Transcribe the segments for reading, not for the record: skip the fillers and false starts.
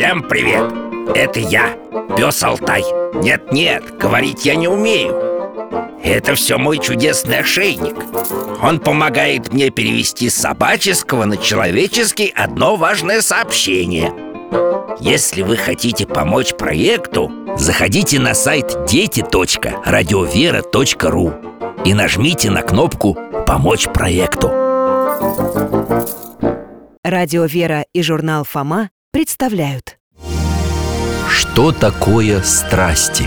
Всем привет! Это я, пес Алтай. Нет, говорить я не умею. Это все мой чудесный ошейник. Он помогает мне перевести с собаческого на человеческий одно важное сообщение. Если вы хотите помочь проекту, заходите на сайт дети.радиовера.ру и нажмите на кнопку «Помочь проекту». Радио «Вера» и журнал «Фома» представляют. Что такое страсти?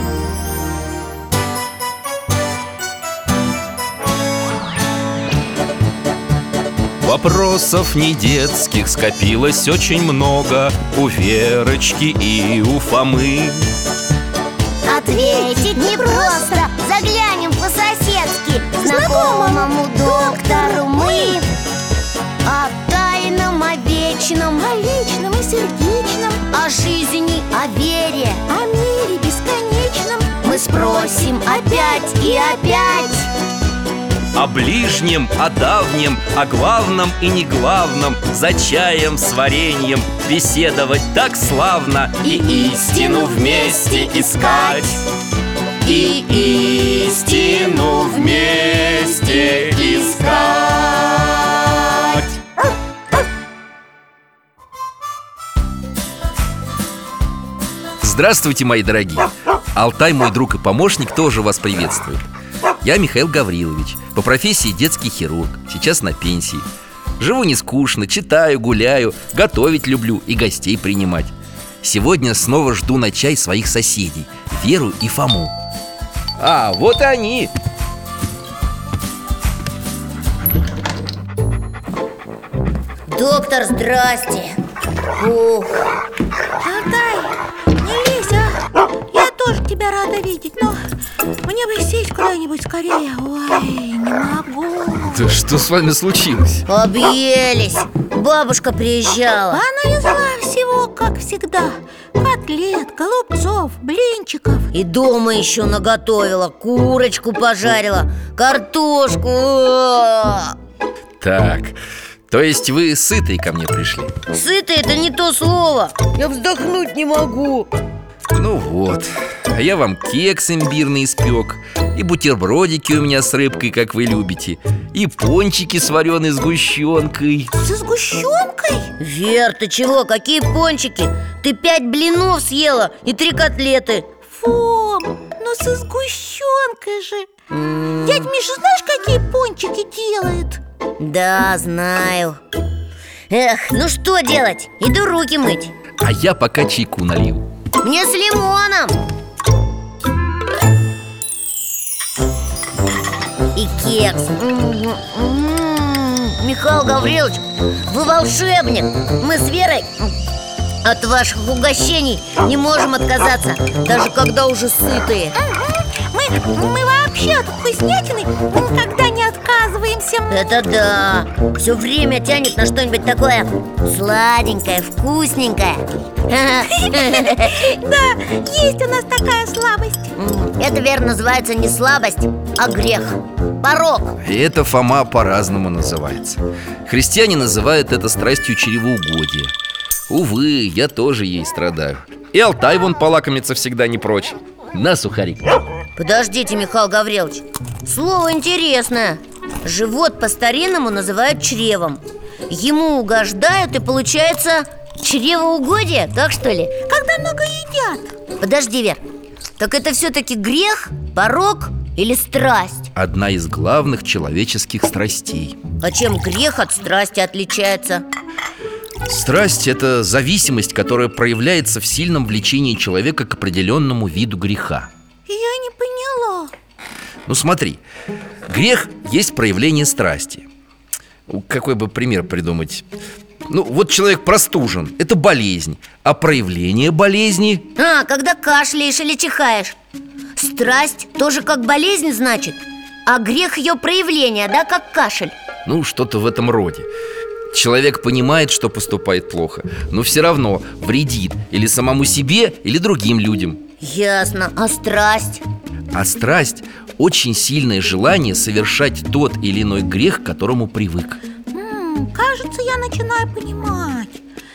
Вопросов не детских скопилось очень много у Верочки и у Фомы. Ответить непросто, заглянем по-соседски знакомому доктору мы. О тайном, о вечном, о личном и сердечном, о жизни, о вере, о мире бесконечном мы спросим опять и опять. О ближнем, о давнем, о главном и неглавном, за чаем с вареньем беседовать так славно. И истину вместе искать, и истину вместе искать. Здравствуйте, мои дорогие! Алтай, мой друг и помощник, тоже вас приветствует. Я Михаил Гаврилович, по профессии детский хирург, сейчас на пенсии. Живу не скучно, читаю, гуляю, готовить люблю и гостей принимать. Сегодня снова жду на чай своих соседей, Веру и Фому. А, вот и они! Доктор, здрасте. Ух. Алтай, не лезь, а? Я тоже тебя рада видеть, но мне бы сесть куда-нибудь скорее. Ой, не могу. Да что с вами случилось? Объелись. Бабушка приезжала. Она везла всего, как всегда. Котлет, голубцов, блинчиков. И дома еще наготовила. Курочку пожарила, картошку. О! Так, то есть вы сытые ко мне пришли? Сытый — это не то слово. Я вздохнуть не могу. Ну вот, а я вам кекс имбирный испек, и бутербродики у меня с рыбкой, как вы любите, и пончики с вареной сгущенкой. Со сгущенкой? Вер, ты чего? Какие пончики? Ты 5 блинов съела и 3 котлеты. Фом, ну со сгущенкой же. Дядь Миша, знаешь, какие пончики делает? Да, знаю. Эх, ну что делать? Иду руки мыть. А я пока чайку налью. Мне с лимоном. И кекс. Михаил Гаврилович, вы волшебник. Мы с Верой от ваших угощений не можем отказаться, даже когда уже сытые. Мы вообще от вкуснятины никогда не отказываемся. Это да. Все время тянет на что-нибудь такое сладенькое, вкусненькое. Да, есть у нас такая слабость. Это, верно, называется не слабость, а грех. Порок. И это, Фома, по-разному называется. Христиане называют это страстью чревоугодия. Увы, я тоже ей страдаю. И Алтай вон полакомиться всегда не прочь. На, сухарик. Подождите, Михаил Гаврилович, слово интересное. Живот по-старинному называют чревом. Ему угождают, и получается чревоугодие, так что ли? Когда много едят. Подожди, Вер, так это все-таки грех, порок или страсть? Одна из главных человеческих страстей. А чем грех от страсти отличается? Страсть – это зависимость, которая проявляется в сильном влечении человека к определенному виду греха. Я не поняла. Ну смотри, грех есть проявление страсти. Какой бы пример придумать? Ну вот человек простужен, это болезнь. А проявление болезни? Когда кашляешь или чихаешь. Страсть тоже как болезнь, значит? А грех ее проявление, да, как кашель? Ну, что-то в этом роде. Человек понимает, что поступает плохо, но все равно вредит или самому себе, или другим людям. Ясно. А страсть? А страсть – очень сильное желание совершать тот или иной грех, к которому привык. Кажется, я начинаю понимать. Вот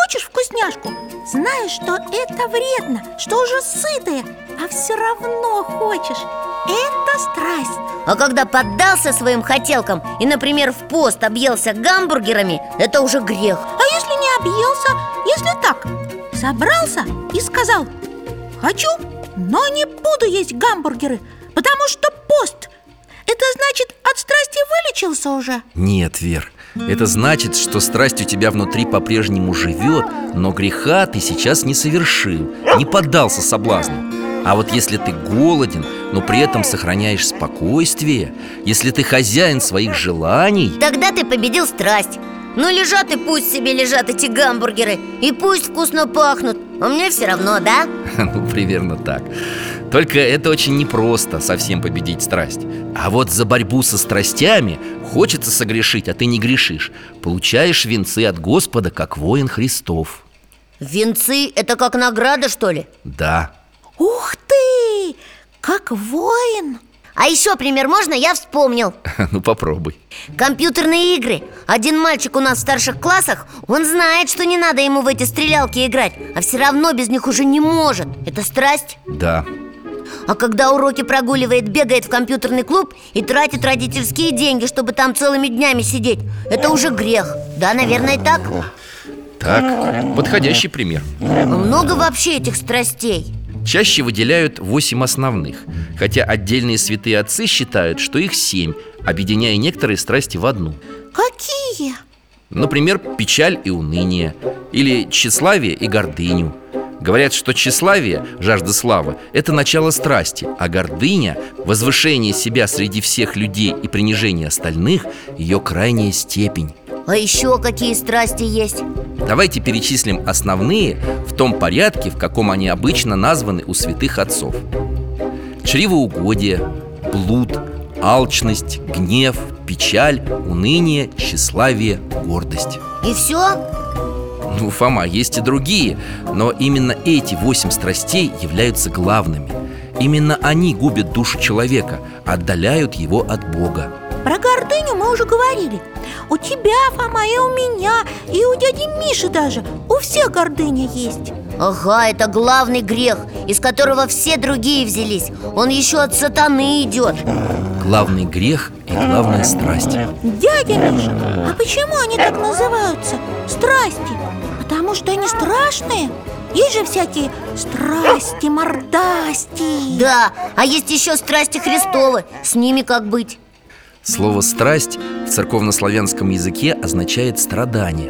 хочешь вкусняшку, знаешь, что это вредно, что уже сытая, а все равно хочешь. Это страсть. А когда поддался своим хотелкам и, например, в пост объелся гамбургерами, это уже грех. А если не объелся, если так, собрался и сказал: хочу, но не буду есть гамбургеры, потому что пост. Это значит, от страсти вылечился уже? Нет, Вер, это значит, что страсть у тебя внутри по-прежнему живет, но греха ты сейчас не совершил, не поддался соблазну. А вот если ты голоден, но при этом сохраняешь спокойствие, если ты хозяин своих желаний, тогда ты победил страсть. Ну лежат и пусть себе лежат эти гамбургеры, и пусть вкусно пахнут, а мне все равно, да? ну, примерно так. Только это очень непросто совсем победить страсть. А вот за борьбу со страстями хочется согрешить, а ты не грешишь. Получаешь венцы от Господа, как воин Христов. Венцы – это как награда, что ли? Да. Ух ты! Как воин! А еще пример можно? Я вспомнил. Ну попробуй. Компьютерные игры. Один мальчик у нас в старших классах, он знает, что не надо ему в эти стрелялки играть, а все равно без них уже не может. Это страсть? Да. А когда уроки прогуливает, бегает в компьютерный клуб и тратит родительские деньги, чтобы там целыми днями сидеть, это уже грех. Да, наверное, так? Так, подходящий пример. Много вообще этих страстей? Чаще выделяют 8 основных, хотя отдельные святые отцы считают, что их 7, объединяя некоторые страсти в одну. Какие? Например, печаль и уныние, или тщеславие и гордыню. Говорят, что тщеславие, жажда славы, это начало страсти, а гордыня, возвышение себя среди всех людей и принижение остальных, ее крайняя степень. А еще какие страсти есть? Давайте перечислим основные в том порядке, в каком они обычно названы у святых отцов. Чревоугодие, блуд, алчность, гнев, печаль, уныние, тщеславие, гордость. И все? Ну, Фома, есть и другие, но именно эти 8 страстей являются главными. Именно они губят душу человека, отдаляют его от Бога. Про гордыню мы уже говорили. У тебя, Фома, и у меня, и у дяди Миши даже. У всех гордыня есть. Ага, это главный грех, из которого все другие взялись. Он еще от сатаны идет. Главный грех и главная страсть. Дядя Миша, а почему они так называются? Страсти? Потому что они страшные? Есть же всякие страсти, мордасти. Да, а есть еще страсти Христовы. С ними как быть? Слово «страсть» в церковнославянском языке означает «страдание».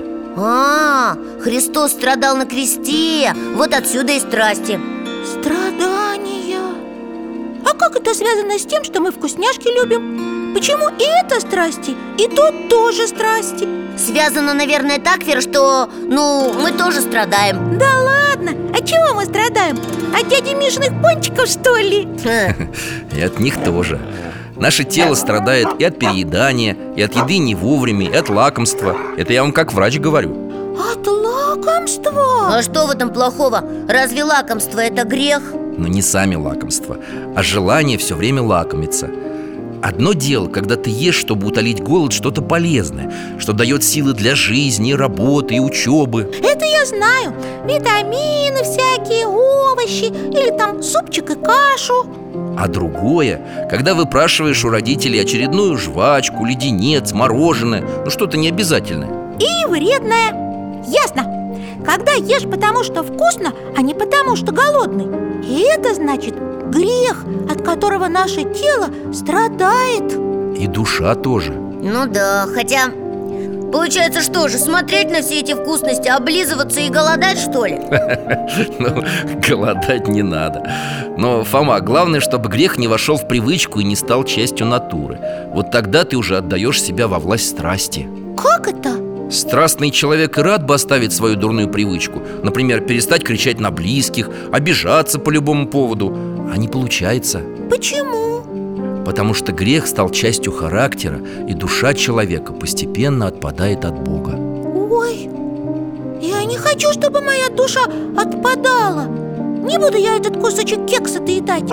Христос страдал на кресте. Вот отсюда и страсти. Страдания. А как это связано с тем, что мы вкусняшки любим? Почему и это страсти, и то тоже страсти? Связано, наверное, так, Вера, что, мы тоже страдаем. Да ладно, от чего мы страдаем? От дяди Мишиных пончиков, что ли? И от них тоже. Наше тело страдает и от переедания, и от еды не вовремя, и от лакомства. Это я вам как врач говорю. От лакомства? А что в этом плохого? Разве лакомство – это грех? Но не сами лакомства, а желание все время лакомиться. Одно дело, когда ты ешь, чтобы утолить голод, что-то полезное, что дает силы для жизни, работы и учебы. Это я знаю. Витамины всякие, овощи, или там супчик и кашу. А другое, когда выпрашиваешь у родителей очередную жвачку, леденец, мороженое, что-то необязательное. И вредное. Ясно. Когда ешь потому, что вкусно, а не потому, что голодный. И это значит грех, от которого наше тело страдает. И душа тоже. Ну да, хотя... Получается, что же, смотреть на все эти вкусности, облизываться и голодать, что ли? Ну, голодать не надо. Но, Фома, главное, чтобы грех не вошел в привычку и не стал частью натуры. Вот тогда ты уже отдаешь себя во власть страсти. Как это? Страстный человек и рад бы оставить свою дурную привычку. Например, перестать кричать на близких, обижаться по любому поводу. А не получается. Почему? Потому что грех стал частью характера, и душа человека постепенно отпадает от Бога. Ой, я не хочу, чтобы моя душа отпадала. Не буду я этот кусочек кекса доедать.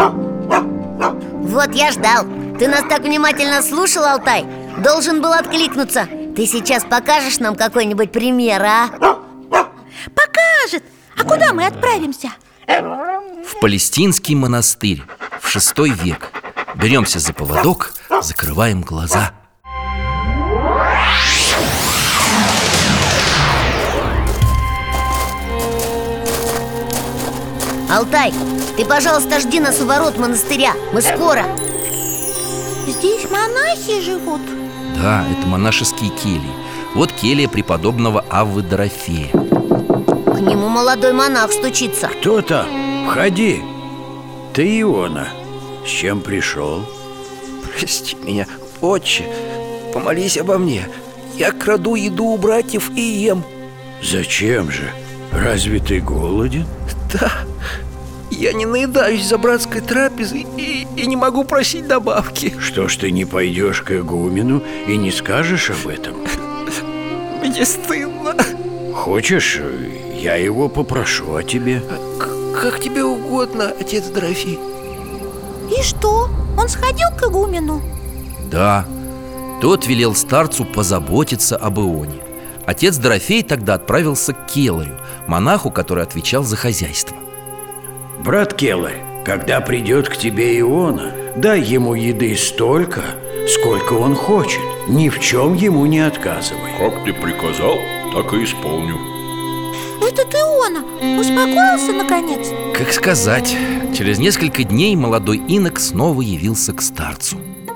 Вот я ждал. Ты нас так внимательно слушал, Алтай. Должен был откликнуться. Ты сейчас покажешь нам какой-нибудь пример, а? расскажет. А куда мы отправимся? В Палестинский монастырь в VI век. Беремся за поводок, закрываем глаза. Алтай, ты, пожалуйста, жди нас у ворот монастыря. Мы скоро. Здесь монахи живут. Да, это монашеские кельи. Вот келья преподобного Аввы Дорофея. К нему молодой монах стучится. Кто там? Входи. Ты Иона. С чем пришел? Прости меня, отче, помолись обо мне. Я краду еду у братьев и ем. Зачем же? Разве ты голоден? Да, я не наедаюсь за братской трапезой и не могу просить добавки. Что ж ты не пойдешь к игумену и не скажешь об этом? Мне стыдно. Хочешь, я его попрошу о тебе? Как тебе угодно, отец Дорофей. И что? Он сходил к игумену? Да, тот велел старцу позаботиться об Ионе. Отец Дорофей тогда отправился к келарю, монаху, который отвечал за хозяйство. Брат Келарь, когда придет к тебе Иона, дай ему еды столько, сколько он хочет. Ни в чем ему не отказывай. Как ты приказал, так и исполню. Этот Иона успокоился наконец? Как сказать, через несколько дней молодой инок снова явился к старцу.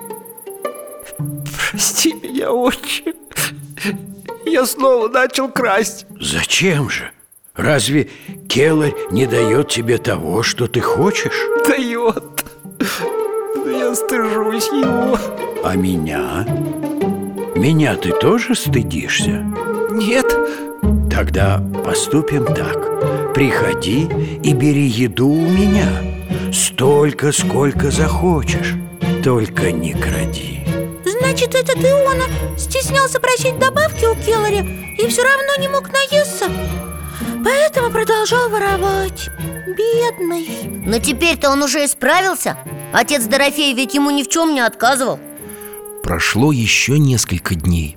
Прости меня, отче. Я снова начал красть. Зачем же? Разве Келарь не дает тебе того, что ты хочешь? Дает. Но я стыжусь его. А меня? Меня ты тоже стыдишься? Нет. Тогда поступим так. Приходи и бери еду у меня. Столько, сколько захочешь. Только не кради. Значит, этот Иона стеснялся просить добавки у келаря и все равно не мог наесться. Поэтому продолжал воровать. Бедный. Но теперь-то он уже исправился. Отец Дорофей ведь ему ни в чем не отказывал. Прошло еще несколько дней.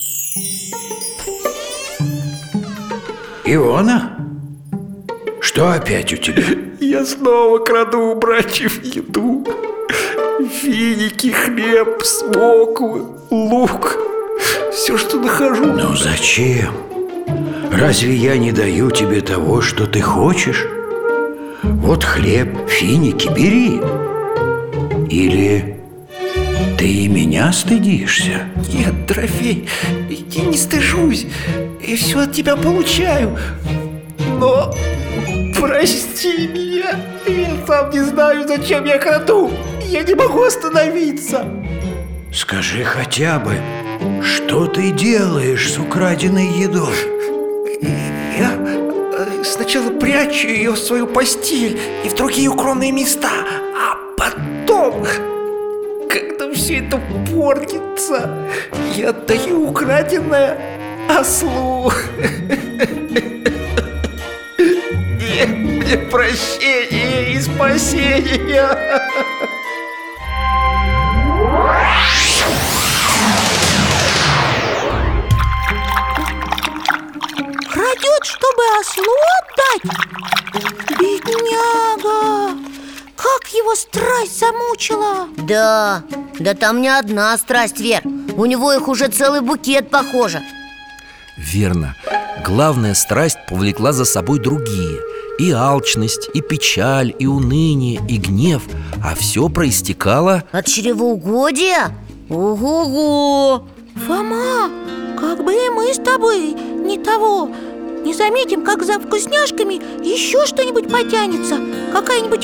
Иона? Что опять у тебя? Я снова краду у братьев еду. Финики, хлеб, смоквы, лук. Все, что нахожу. Ну зачем? Разве я не даю тебе того, что ты хочешь? Вот хлеб, финики, бери. Или ты и меня стыдишься? Нет, Дорофей, я не стыжусь. И все от тебя получаю. Но прости меня. Я сам не знаю, зачем я краду. Я не могу остановиться. Скажи хотя бы, что ты делаешь с украденной едой? Я сначала прячу ее в свою постель и в другие укромные места, а потом, когда все это портится, я отдаю украденное ослу. Нет мне прощения и спасения. Крадет, чтобы ослу отдать? Бедняга! Как его страсть замучила! Да там не одна страсть, Вер. У него их уже целый букет, похоже. Верно. Главная страсть повлекла за собой другие. И алчность, и печаль, и уныние, и гнев. А все проистекало... От чревоугодия? Ого-го! Фома, как бы и мы с тобой не того. Не заметим, как за вкусняшками еще что-нибудь потянется. Какая-нибудь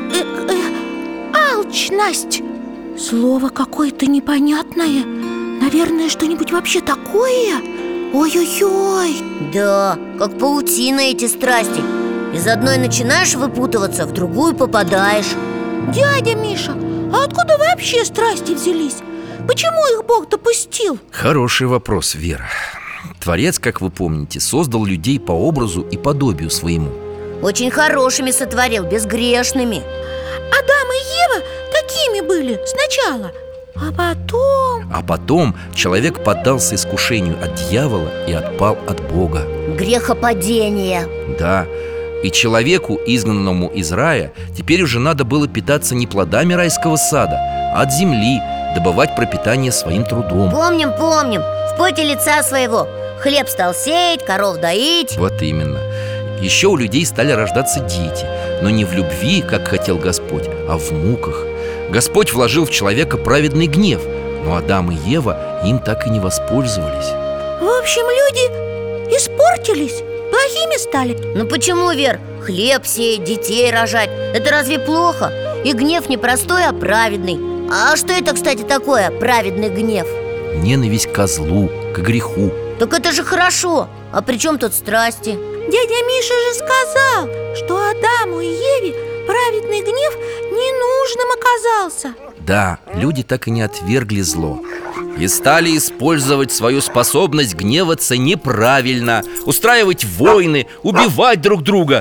алчность. Слово какое-то непонятное. Наверное, что-нибудь вообще такое. Ой-ой-ой. Да, как паутина эти страсти. Из одной начинаешь выпутываться, в другую попадаешь. Дядя Миша, а откуда вообще страсти взялись? Почему их Бог допустил? Хороший вопрос, Вера. Творец, как вы помните, создал людей по образу и подобию своему. Очень хорошими сотворил, безгрешными. Адам и Ева такими были сначала, а потом... А потом человек поддался искушению от дьявола и отпал от Бога. Грехопадение. Да, и человеку, изгнанному из рая, теперь уже надо было питаться не плодами райского сада, а от земли, добывать пропитание своим трудом. Помним, в поте лица своего. Хлеб стал сеять, коров доить. Вот именно. Еще у людей стали рождаться дети, но не в любви, как хотел Господь, а в муках. Господь вложил в человека праведный гнев, но Адам и Ева им так и не воспользовались. В общем, люди испортились, плохими стали. Ну почему, Вер? Хлеб сеять, детей рожать. Это разве плохо? И гнев не простой, а праведный. А что это, кстати, такое, праведный гнев? Ненависть ко злу, к греху. Так это же хорошо. А при чем тут страсти? Дядя Миша же сказал, что Адаму и Еве праведный гнев ненужным оказался. Да, люди так и не отвергли зло и стали использовать свою способность гневаться неправильно, устраивать войны, убивать друг друга.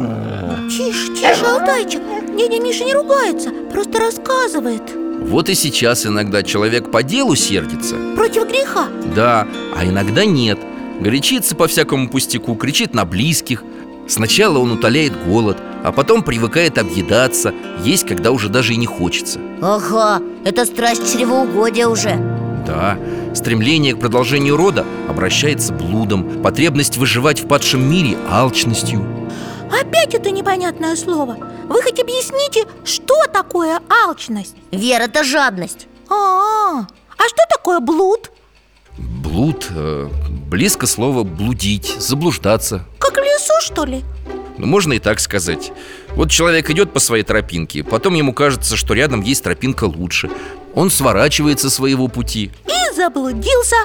Тише, Алтайчик, дядя Миша не ругается, просто рассказывает. Вот и сейчас иногда человек по делу сердится. Против греха? Да, а иногда нет. Горячится по всякому пустяку, кричит на близких. Сначала он утоляет голод, а потом привыкает объедаться, есть, когда уже даже и не хочется. Ага, это страсть чревоугодия уже. Да, стремление к продолжению рода обращается блудом, потребность выживать в падшем мире – алчностью. Опять это непонятное слово. Вы хоть объясните, что такое алчность? Вера, это жадность. А что такое блуд? Блуд, близко слово блудить, заблуждаться. Как в лесу, что ли? Ну, можно и так сказать. Вот человек идет по своей тропинке, потом ему кажется, что рядом есть тропинка лучше. Он сворачивает со своего пути и заблудился.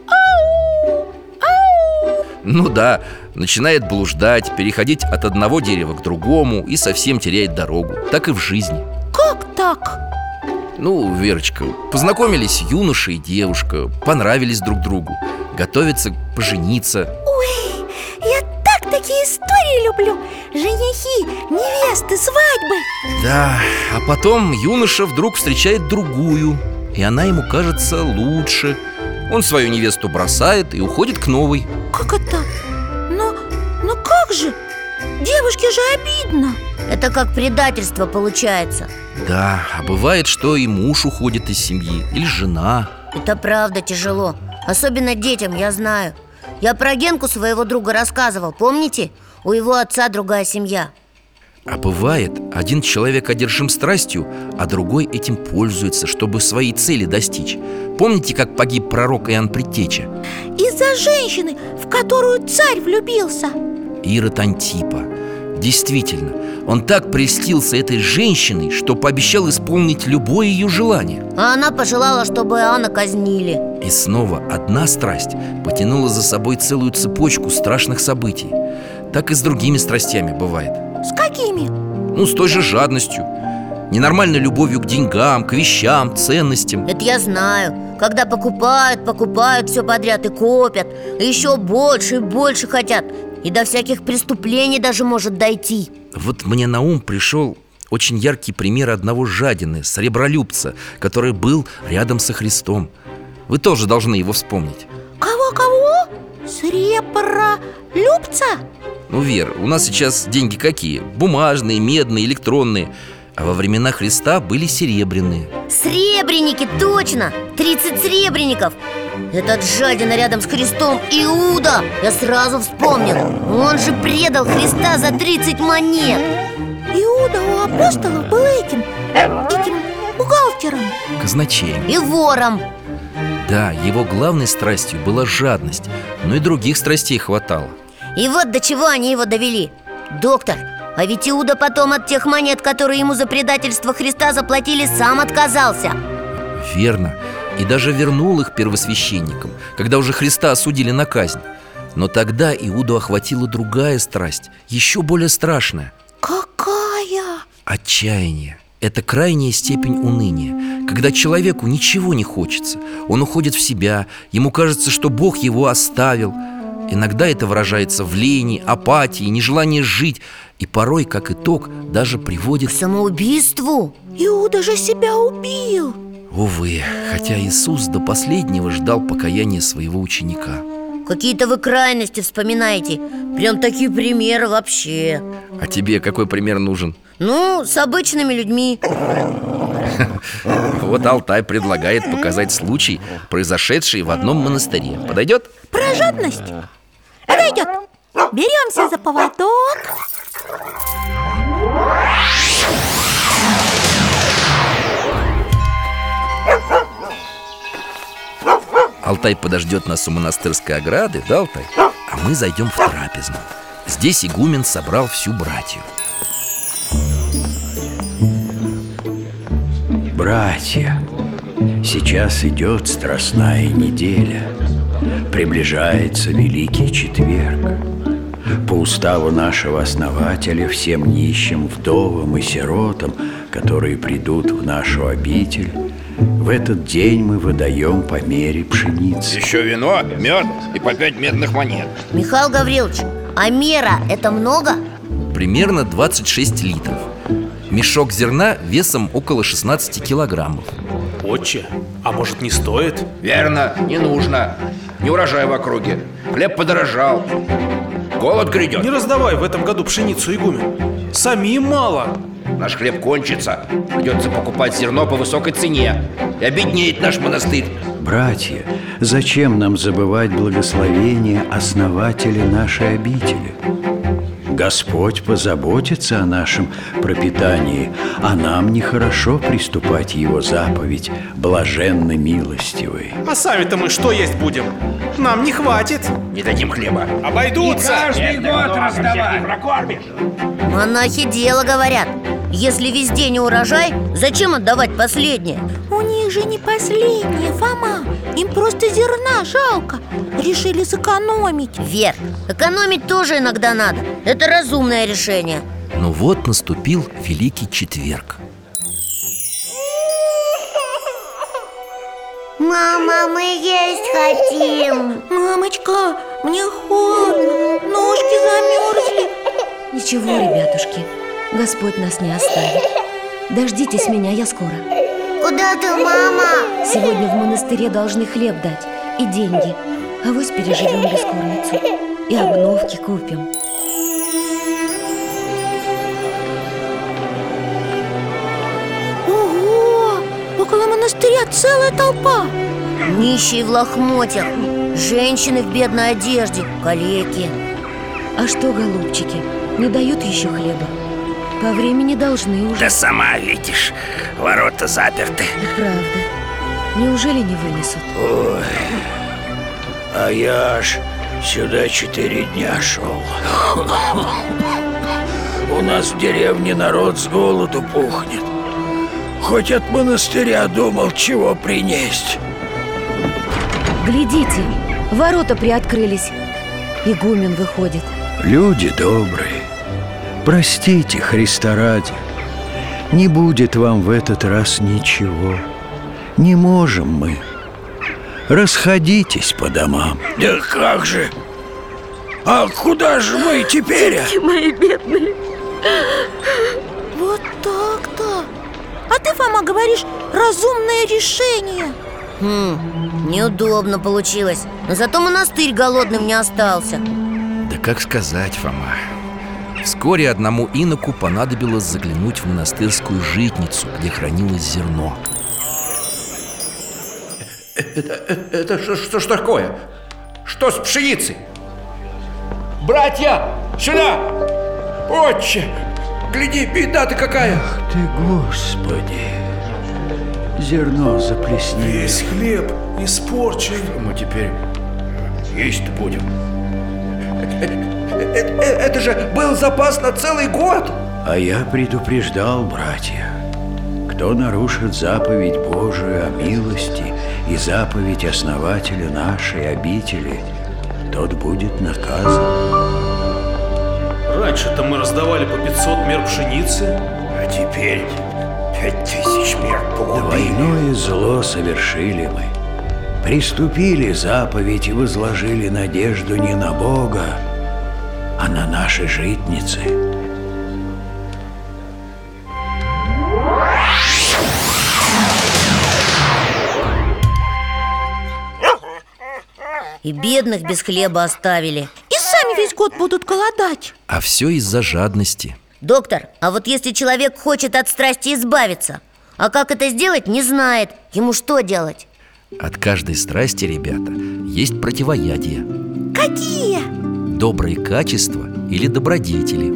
Ау! Ау! Ну да, начинает блуждать, переходить от одного дерева к другому и совсем теряет дорогу. Так и в жизни. Как так? Ну, Верочка, познакомились юноша и девушка, понравились друг другу, готовятся пожениться. Ой, я так такие истории люблю. Женихи, невесты, свадьбы. Да, а потом юноша вдруг встречает другую, и она ему кажется лучше. Он свою невесту бросает и уходит к новой. Как это? Но как же? Девушке же обидно. Это как предательство получается. Да, а бывает, что и муж уходит из семьи, или жена. Это правда тяжело. Особенно детям, я знаю. Я про Генку своего друга рассказывал, помните? У его отца другая семья. А бывает, один человек одержим страстью, а другой этим пользуется, чтобы своей цели достичь. Помните, как погиб пророк Иоанн Предтеча? Из-за женщины, в которую царь влюбился. Ирод Антипа. Действительно, он так прельстился этой женщиной, что пообещал исполнить любое ее желание. А она пожелала, чтобы Иоанна казнили. И снова одна страсть потянула за собой целую цепочку страшных событий. Так и с другими страстями бывает. С какими? Ну, с той же жадностью, ненормальной любовью к деньгам, к вещам, ценностям. Это я знаю. Когда покупают все подряд и копят, и еще больше и больше хотят. И до всяких преступлений даже может дойти. Вот мне на ум пришел очень яркий пример одного жадины, сребролюбца, который был рядом со Христом. Вы тоже должны его вспомнить. Кого? Сребролюбца? Ну, Вер, у нас сейчас деньги какие? Бумажные, медные, электронные. А во времена Христа были серебряные. Сребреники, точно! 30 сребреников. Этот жадина рядом с Христом Иуда. Я сразу вспомнил. Он же предал Христа за 30 монет. Иуда у апостолов был этим бухгалтером, Казначеем. И вором. Да, его главной страстью была жадность, но и других страстей хватало. И вот до чего они его довели. Доктор, а ведь Иуда потом от тех монет, которые ему за предательство Христа заплатили, сам отказался. Верно. И даже вернул их первосвященникам, когда уже Христа осудили на казнь. Но тогда Иуду охватила другая страсть, еще более страшная. Какая? Отчаяние. Это крайняя степень уныния, когда человеку ничего не хочется. Он уходит в себя, ему кажется, что Бог его оставил. Иногда это выражается в лени, апатии, нежелании жить. И порой, как итог, даже приводит к самоубийству. Иуда же себя убил. Увы, хотя Иисус до последнего ждал покаяния своего ученика. Какие-то вы крайности вспоминаете. Прям такие примеры вообще. А тебе какой пример нужен? Ну, с обычными людьми. Вот Алтай предлагает показать случай, произошедший в одном монастыре. Подойдет? Про жадность? Подойдет. Беремся за поводок. Алтай подождет нас у монастырской ограды, да, Алтай? А мы зайдем в трапезную. Здесь игумен собрал всю братью. Братья, сейчас идет Страстная неделя. Приближается Великий Четверг. По уставу нашего основателя всем нищим, вдовам и сиротам, которые придут в нашу обитель, в этот день мы выдаем по мере пшеницы. Еще вино, мед и по 5 медных монет. Михаил Гаврилович, а мера – это много? Примерно 26 литров. Мешок зерна весом около 16 килограммов. Отче, а может не стоит? Верно, не нужно. Не урожай в округе. Хлеб подорожал. Голод грядет. Не раздавай в этом году пшеницу, игумен. Самим мало. Наш хлеб кончится. Придется покупать зерно по высокой цене. И обеднеет наш монастырь. Братья, зачем нам забывать благословение основателя нашей обители? Господь позаботится о нашем пропитании, а нам нехорошо приступать Его заповедь блаженно милостивой. А сами-то мы что есть будем? Нам не хватит. Не дадим хлеба. Обойдутся. Каждый год раздавай. Монахи дело говорят. Если везде не урожай, зачем отдавать последнее? У них же не последнее, Фома. Им просто зерна жалко. Решили сэкономить. Вер, экономить тоже иногда надо. Это разумное решение. Но вот наступил Великий Четверг. Мама, мы есть хотим. Мамочка, мне холодно, ножки замерзли. Ничего, ребятушки, Господь нас не оставит. Дождитесь меня, я скоро. Куда ты, мама? Сегодня в монастыре должны хлеб дать и деньги. Авось переживем бескормицу и обновки купим. Ого! Около монастыря целая толпа. Нищие в лохмотьях, женщины в бедной одежде, калеки. А что, голубчики, не дают еще хлеба? По времени должны уже. Да сама видишь, ворота заперты. И правда. Неужели не вынесут? Ой, а я ж сюда 4 дня шел. У нас в деревне народ с голоду пухнет. Хоть от монастыря думал, чего принесть. Глядите, ворота приоткрылись. Игумен выходит. Люди добрые, простите Христа ради. Не будет вам в этот раз ничего. Не можем мы. Расходитесь по домам. Да как же? А куда же мы теперь? Мои бедные. Вот так-то. А ты, Фома, говоришь, разумное решение. Неудобно получилось. Но зато монастырь голодным не остался. Да как сказать, Фома. Вскоре одному иноку понадобилось заглянуть в монастырскую житницу, где хранилось зерно. Это что ж такое? Что с пшеницей? Братья, сюда! Отче, гляди, беда-то какая! Ах ты, Господи! Зерно заплесневело. Весь хлеб испорчен. Мы теперь есть будем. Это же был запас на целый год. А я предупреждал, братья. Кто нарушит заповедь Божию о милости и заповедь основателя нашей обители, тот будет наказан. Раньше-то мы раздавали по 500 мер пшеницы. А теперь 5000 мер погубили. Двойное зло совершили мы. Приступили заповедь и возложили надежду не на Бога, а на наши житницы. И бедных без хлеба оставили. И сами весь год будут голодать. А все из-за жадности. Доктор, а вот если человек хочет от страсти избавиться, а как это сделать, не знает, ему что делать? От каждой страсти, ребята, есть противоядие. Какие? Добрые качества или добродетели.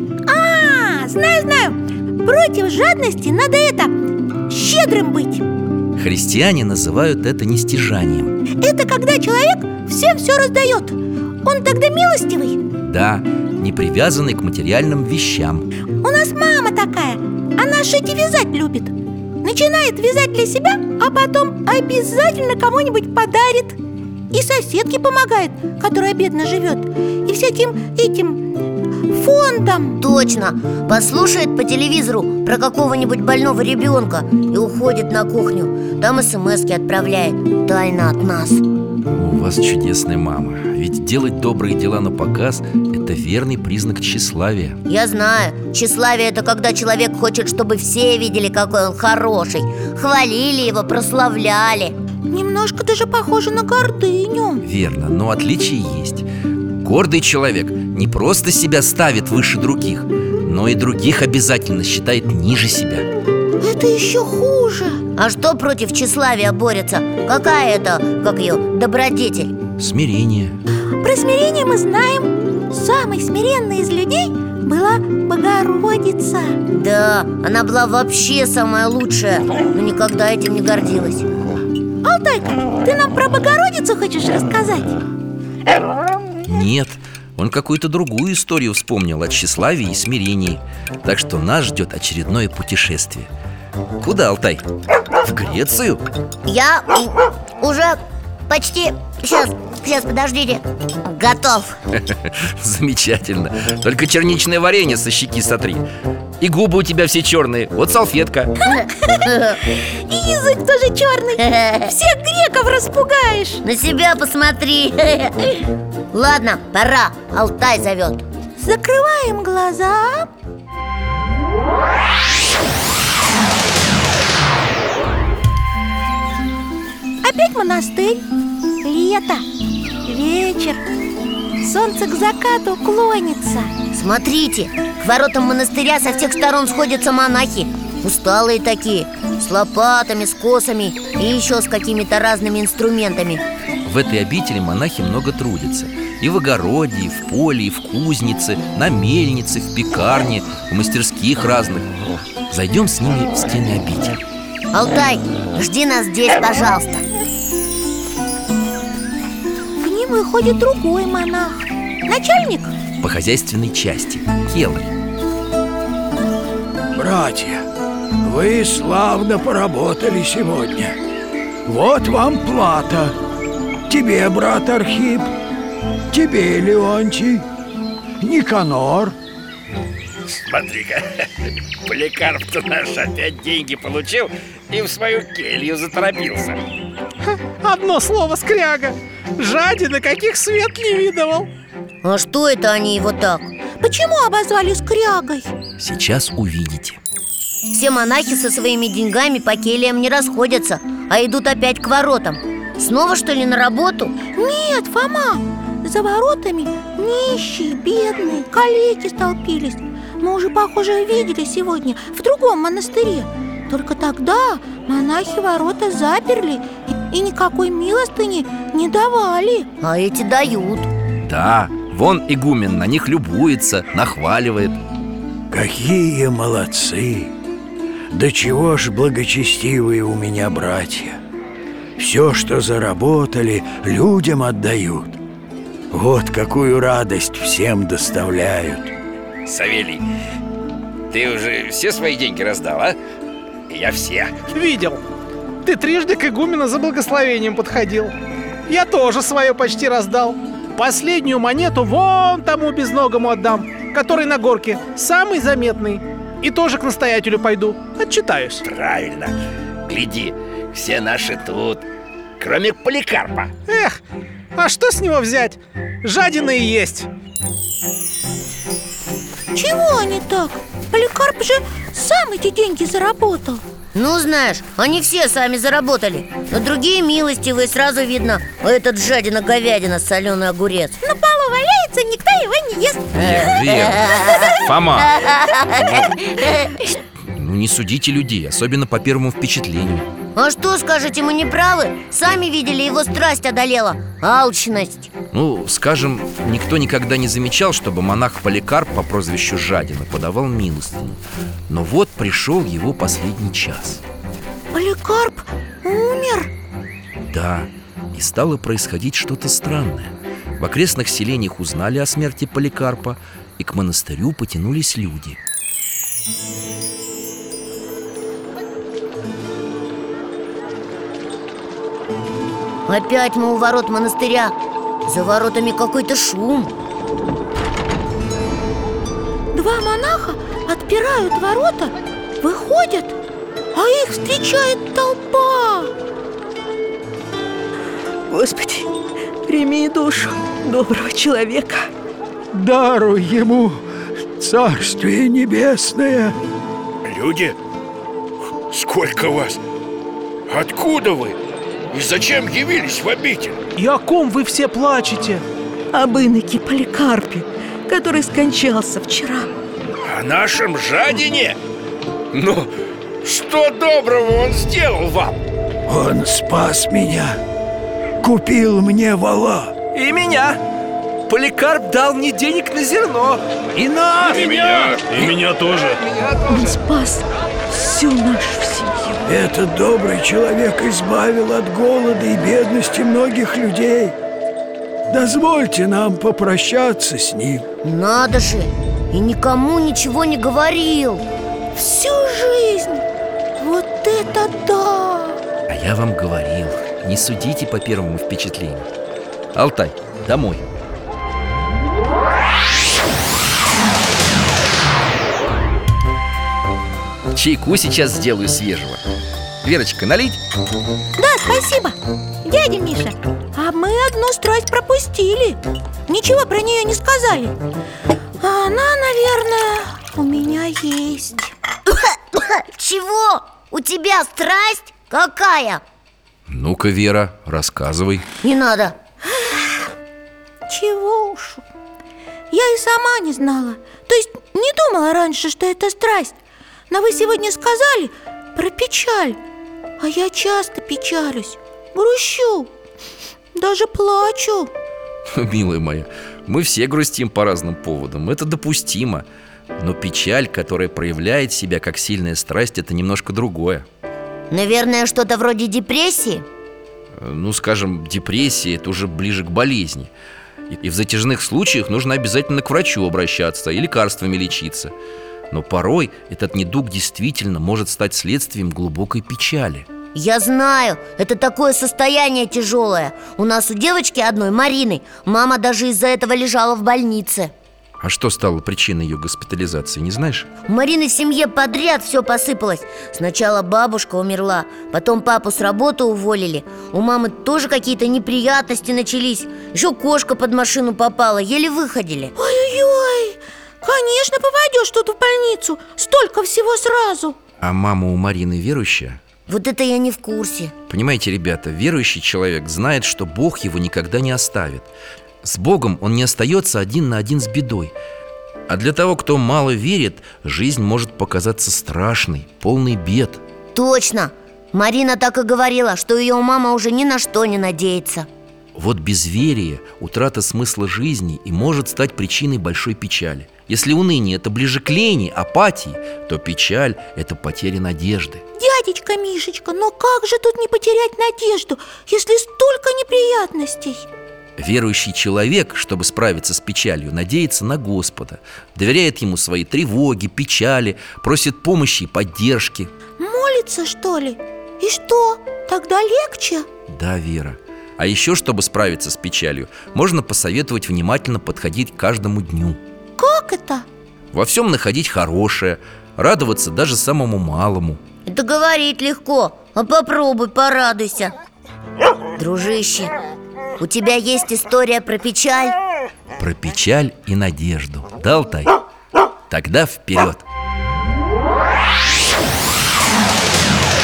Знаю. Против жадности надо щедрым быть. Христиане называют это нестяжанием. Это когда человек всем все раздает. Он тогда милостивый. Да, не привязанный к материальным вещам. У нас мама такая. Она шить и вязать любит. Начинает вязать для себя, а потом обязательно кому-нибудь подарит. И соседке помогает, которая бедно живет. И всяким этим фондам. Точно, послушает по телевизору про какого-нибудь больного ребенка и уходит на кухню. Там смс-ки отправляет, тайно от нас. У вас чудесная мама. Ведь делать добрые дела на показ – это верный признак тщеславия. Я знаю, тщеславие – это когда человек хочет, чтобы все видели, какой он хороший, хвалили его, прославляли. Немножко даже похоже на гордыню. Верно, но отличие есть. Гордый человек не просто себя ставит выше других, но и других обязательно считает ниже себя. Это еще хуже. А что против тщеславия борется? Какая это, добродетель? Смирение. Про смирение мы знаем. Самой смиренной из людей была Богородица. Да, она была вообще самая лучшая, но никогда этим не гордилась. Алтайка, ты нам про Богородицу хочешь рассказать? Нет, он какую-то другую историю вспомнил о тщеславии и смирении. Так что нас ждет очередное путешествие. Куда, Алтай? В Грецию? Я уже почти... Сейчас, подождите. Готов. Замечательно. Только черничное варенье со щеки сотри. И губы у тебя все черные. Вот салфетка. И язык тоже черный. Всех греков распугаешь. На себя посмотри. Ладно, пора, Алтай зовет. Закрываем глаза. Опять монастырь. Лето. Вечер. Солнце к закату клонится. Смотрите, к воротам монастыря со всех сторон сходятся монахи. Усталые такие, с лопатами, с косами и еще с какими-то разными инструментами. В этой обители монахи много трудятся. И в огороде, и в поле, и в кузнице, на мельнице, в пекарне, в мастерских разных. Зайдем с ними в стены обители. Алтай, жди нас здесь, пожалуйста. К ним выходит другой монах. Начальник? По хозяйственной части, келарь. Братья, вы славно поработали сегодня. Вот вам плата. Тебе, брат Архип, тебе, Леонтий, Никанор. Смотри-ка, Поликарп-то наш опять деньги получил и в свою келью заторопился. Одно слово, скряга. Жадины, каких свет не видывал. А что это они его так? Почему обозвали скрягой? Сейчас увидите. Все монахи со своими деньгами по кельям не расходятся, а идут опять к воротам. Снова, что ли, на работу? Нет, Фома, за воротами нищие, бедные, калеки столпились. Мы уже, похоже, видели сегодня в другом монастыре. Только тогда монахи ворота заперли и никакой милостыни не давали. А эти дают. Да, вон игумен на них любуется, нахваливает. Какие молодцы! Да чего ж благочестивые у меня братья! Все, что заработали, людям отдают. Вот какую радость всем доставляют. Савелий, ты уже все свои деньги раздал, а? Я все. Видел. Ты трижды к игумену за благословением подходил. Я тоже свое почти раздал. Последнюю монету вон тому безногому отдам, который на горке, самый заметный. И тоже к настоятелю пойду, отчитаюсь. Правильно. Гляди, все наши тут, кроме Поликарпа. Эх, а что с него взять? Жадина и есть. Чего они так? Поликарп же сам эти деньги заработал. Ну, знаешь, они все сами заработали. Но другие милостивые, сразу видно. А этот жадина-говядина, соленый огурец. На полу валяется, никто его не ест. Вера, Фома, ну не судите людей, особенно по первому впечатлению. А что, скажете, мы не правы? Сами видели, его страсть одолела. Алчность. Ну, скажем, никто никогда не замечал, чтобы монах Поликарп по прозвищу Жадина подавал милостыню. Но вот пришел его последний час. Поликарп умер? Да, и стало происходить что-то странное. В окрестных селениях узнали о смерти Поликарпа, и к монастырю потянулись люди. Опять мы у ворот монастыря. За воротами какой-то шум. Два монаха отпирают ворота, выходят, а их встречает толпа. Господи, прими душу доброго человека. Даруй ему Царствие Небесное. Люди? Сколько вас? Откуда вы? И зачем явились в обитель? И о ком вы все плачете? Об иноке Поликарпе, который скончался вчера. О нашем Жадине? Ну, что доброго он сделал вам? Он спас меня, купил мне вола. И меня! Поликарп дал мне денег на зерно. И нас! И меня! И меня тоже. Он спас всю нашу семью. Этот добрый человек избавил от голода и бедности многих людей. Дозвольте нам попрощаться с ним. Надо же! И никому ничего не говорил. Всю жизнь! Вот это да! А я вам говорил, не судите по первому впечатлению. Алтай, домой. Чайку сейчас сделаю свежего. Верочка, налить? Да, спасибо, дядя Миша. А мы одну страсть пропустили. Ничего про нее не сказали. А она, наверное, у меня есть. Чего? У тебя страсть? Какая? Ну-ка, Вера, рассказывай. Не надо. Чего уж. Я и сама не знала. То есть не думала раньше, что это страсть. Но вы сегодня сказали про печаль. А я часто печалюсь, грущу, даже плачу. Милая моя, мы все грустим по разным поводам. Это допустимо. Но печаль, которая проявляет себя как сильная страсть, это немножко другое. Наверное, что-то вроде депрессии? Ну, скажем, депрессия – это уже ближе к болезни. И в затяжных случаях нужно обязательно к врачу обращаться и лекарствами лечиться. Но порой этот недуг действительно может стать следствием глубокой печали. Я знаю, это такое состояние тяжелое. У нас у девочки одной, Марины, мама даже из-за этого лежала в больнице. А что стало причиной ее госпитализации, не знаешь? У Марины в семье подряд все посыпалось. Сначала бабушка умерла, потом папу с работы уволили. У мамы тоже какие-то неприятности начались. Еще кошка под машину попала, еле выходили. Ой-ой-ой, конечно, попадешь тут в больницу. Столько всего сразу. А мама у Марины верующая? Вот это я не в курсе. Понимаете, ребята, верующий человек знает, что Бог его никогда не оставит. С Богом он не остается один на один с бедой. А для того, кто мало верит, жизнь может показаться страшной, полной бед. Точно! Марина так и говорила, что ее мама уже ни на что не надеется. Вот безверие, утрата смысла жизни и может стать причиной большой печали. Если уныние – это ближе к лени, апатии, то печаль – это потеря надежды. Дядечка Мишечка, но как же тут не потерять надежду, если столько неприятностей? Верующий человек, чтобы справиться с печалью, надеется на Господа, доверяет Ему свои тревоги, печали, просит помощи и поддержки. Молится, что ли? И что, тогда легче? Да, Вера. А еще, чтобы справиться с печалью, можно посоветовать внимательно подходить к каждому дню. Как это? Во всем находить хорошее, радоваться даже самому малому. Это говорить легко, а попробуй, порадуйся. Дружище, у тебя есть история про печаль? Про печаль и надежду. Да, Алтай? Тогда вперед!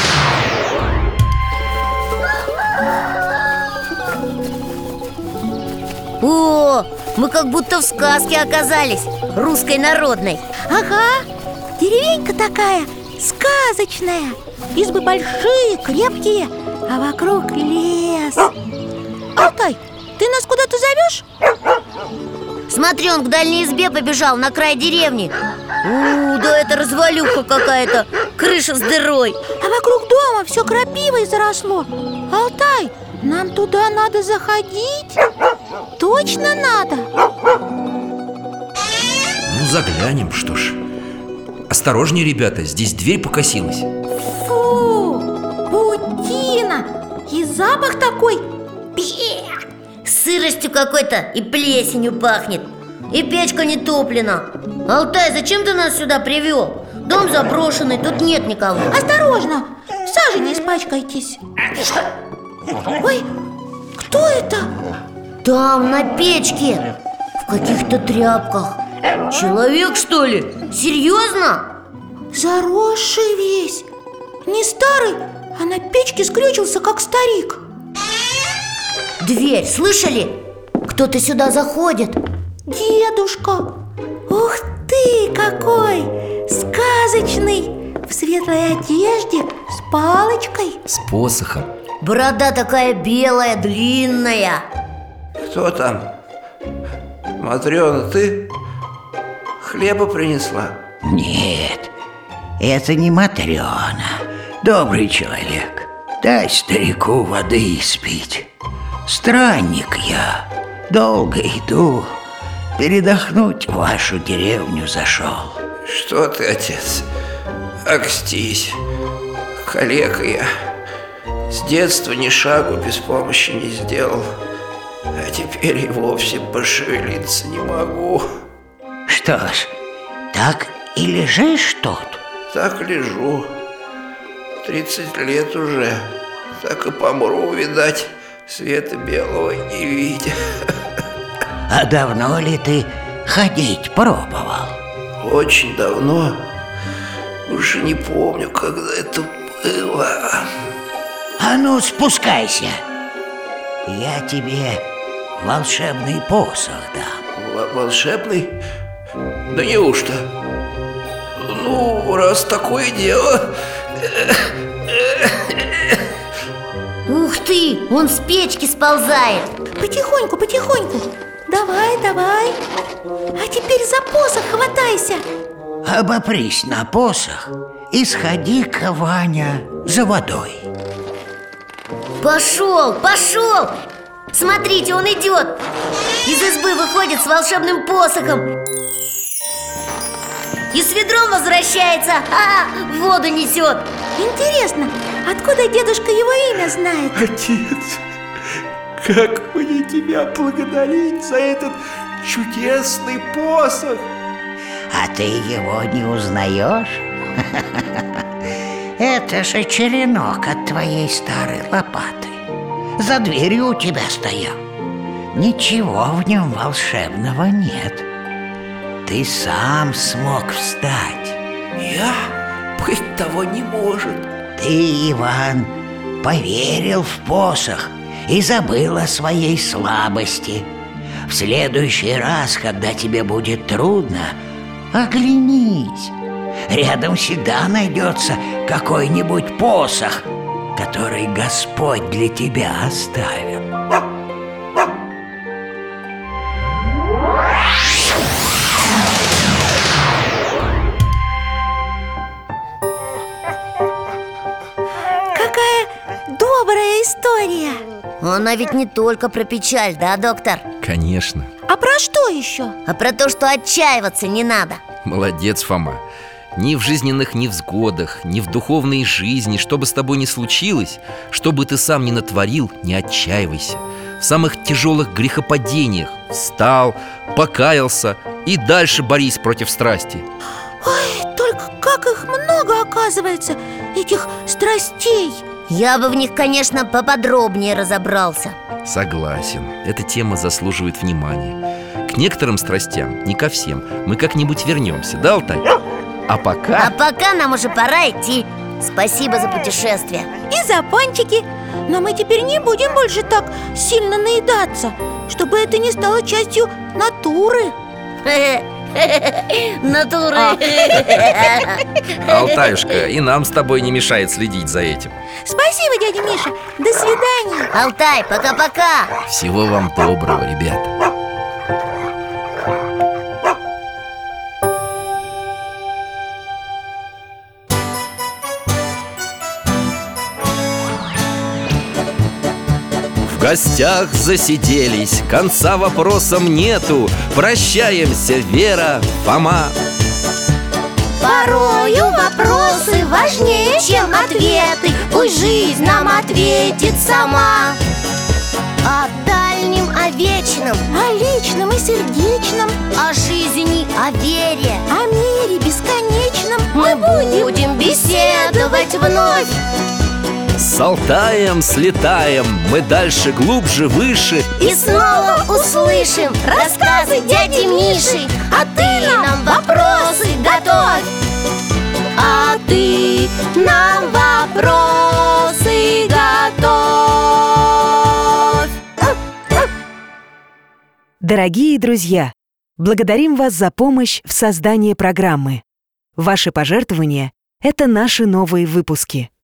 О, мы как будто в сказке оказались, русской народной. Ага, деревенька такая сказочная. Избы большие, крепкие, а вокруг лес. Алтай, ты нас куда-то зовешь? Смотри, он к дальней избе побежал, на край деревни. Да это развалюха какая-то, крыша с дырой. А вокруг дома все крапивой заросло. Алтай, нам туда надо заходить? Точно надо? Ну, заглянем, что ж. Осторожнее, ребята, здесь дверь покосилась. Фу, паутина. И запах такой. Сыростью какой-то и плесенью пахнет. И печка не топлена. Алтай, зачем ты нас сюда привел? Дом заброшенный, тут нет никого. Осторожно, в саже не испачкайтесь. Ой, кто это? Там, на печке, в каких-то тряпках. Человек, что ли? Серьезно? Заросший весь. Не старый, а на печке скрючился, как старик. Дверь, слышали? Кто-то сюда заходит. Дедушка. Ух ты, какой сказочный. В светлой одежде, с палочкой. С посохом. Борода такая белая, длинная. Кто там? Матрёна, ты хлеба принесла? Нет, это не Матрёна. Добрый человек. Дай старику воды испить. Странник я. Долго иду. Передохнуть в вашу деревню зашел. Что ты, отец? Окстись. Калека я. С детства ни шагу без помощи не сделал. А теперь и вовсе пошевелиться не могу. Что ж, так и лежишь тут? Так лежу. 30 лет уже. Так и помру, видать, света белого не видя. А давно ли ты ходить пробовал? Очень давно. Уже не помню, когда это было. А ну, спускайся. Я тебе волшебный посох дам. Волшебный? Да неужто? Ну, раз такое дело. Ух ты, он с печки сползает. Потихоньку, потихоньку. Давай, давай. А теперь за посох хватайся. Обопрись на посох и сходи-ка, Ваня, за водой. Пошел, пошел. Смотрите, он идет. Из избы выходит с волшебным посохом и с ведром возвращается. Воду несет. Интересно, откуда дедушка его имя знает? Отец, как мне тебя благодарить за этот чудесный посох? А ты его не узнаешь? Это же черенок от твоей старой лопаты. За дверью у тебя стоял. Ничего в нем волшебного нет. Ты сам смог встать. Я? Быть того не может. Ты, Иван, поверил в посох и забыл о своей слабости. В следующий раз, когда тебе будет трудно, оглянись. Рядом всегда найдется какой-нибудь посох, который Господь для тебя оставил. Какая добрая история. Она ведь не только про печаль, да, доктор? Конечно. А про что еще? А про то, что отчаиваться не надо. Молодец, Фома. Ни в жизненных невзгодах, ни в духовной жизни, что бы с тобой ни случилось, что бы ты сам ни натворил, не отчаивайся. В самых тяжелых грехопадениях встал, покаялся и дальше борись против страсти. Ой, только как их много оказывается, этих страстей. Я бы в них, конечно, поподробнее разобрался. Согласен, эта тема заслуживает внимания. К некоторым страстям, не ко всем, мы как-нибудь вернемся, да, Алтай? А пока нам уже пора идти. Спасибо за путешествие. И за пончики. Но мы теперь не будем больше так сильно наедаться, чтобы это не стало частью натуры. Натуры. Алтаюшка, и нам с тобой не мешает следить за этим. Спасибо, дядя Миша. До свидания. Алтай, пока-пока. Всего вам доброго, ребята. В гостях засиделись, конца вопросам нету. Прощаемся, Вера, Фома. Порою вопросы важнее, чем ответы. Пусть жизнь нам ответит сама. О дальнем, о вечном, О личном и сердечном, о жизни, о вере о мире бесконечном мы будем беседовать вновь. С Алтаем слетаем, мы дальше, глубже, выше. И снова услышим рассказы дяди Миши. А ты нам вопросы готовь. А ты нам вопросы готовь. Дорогие друзья, благодарим вас за помощь в создании программы. Ваши пожертвования – это наши новые выпуски.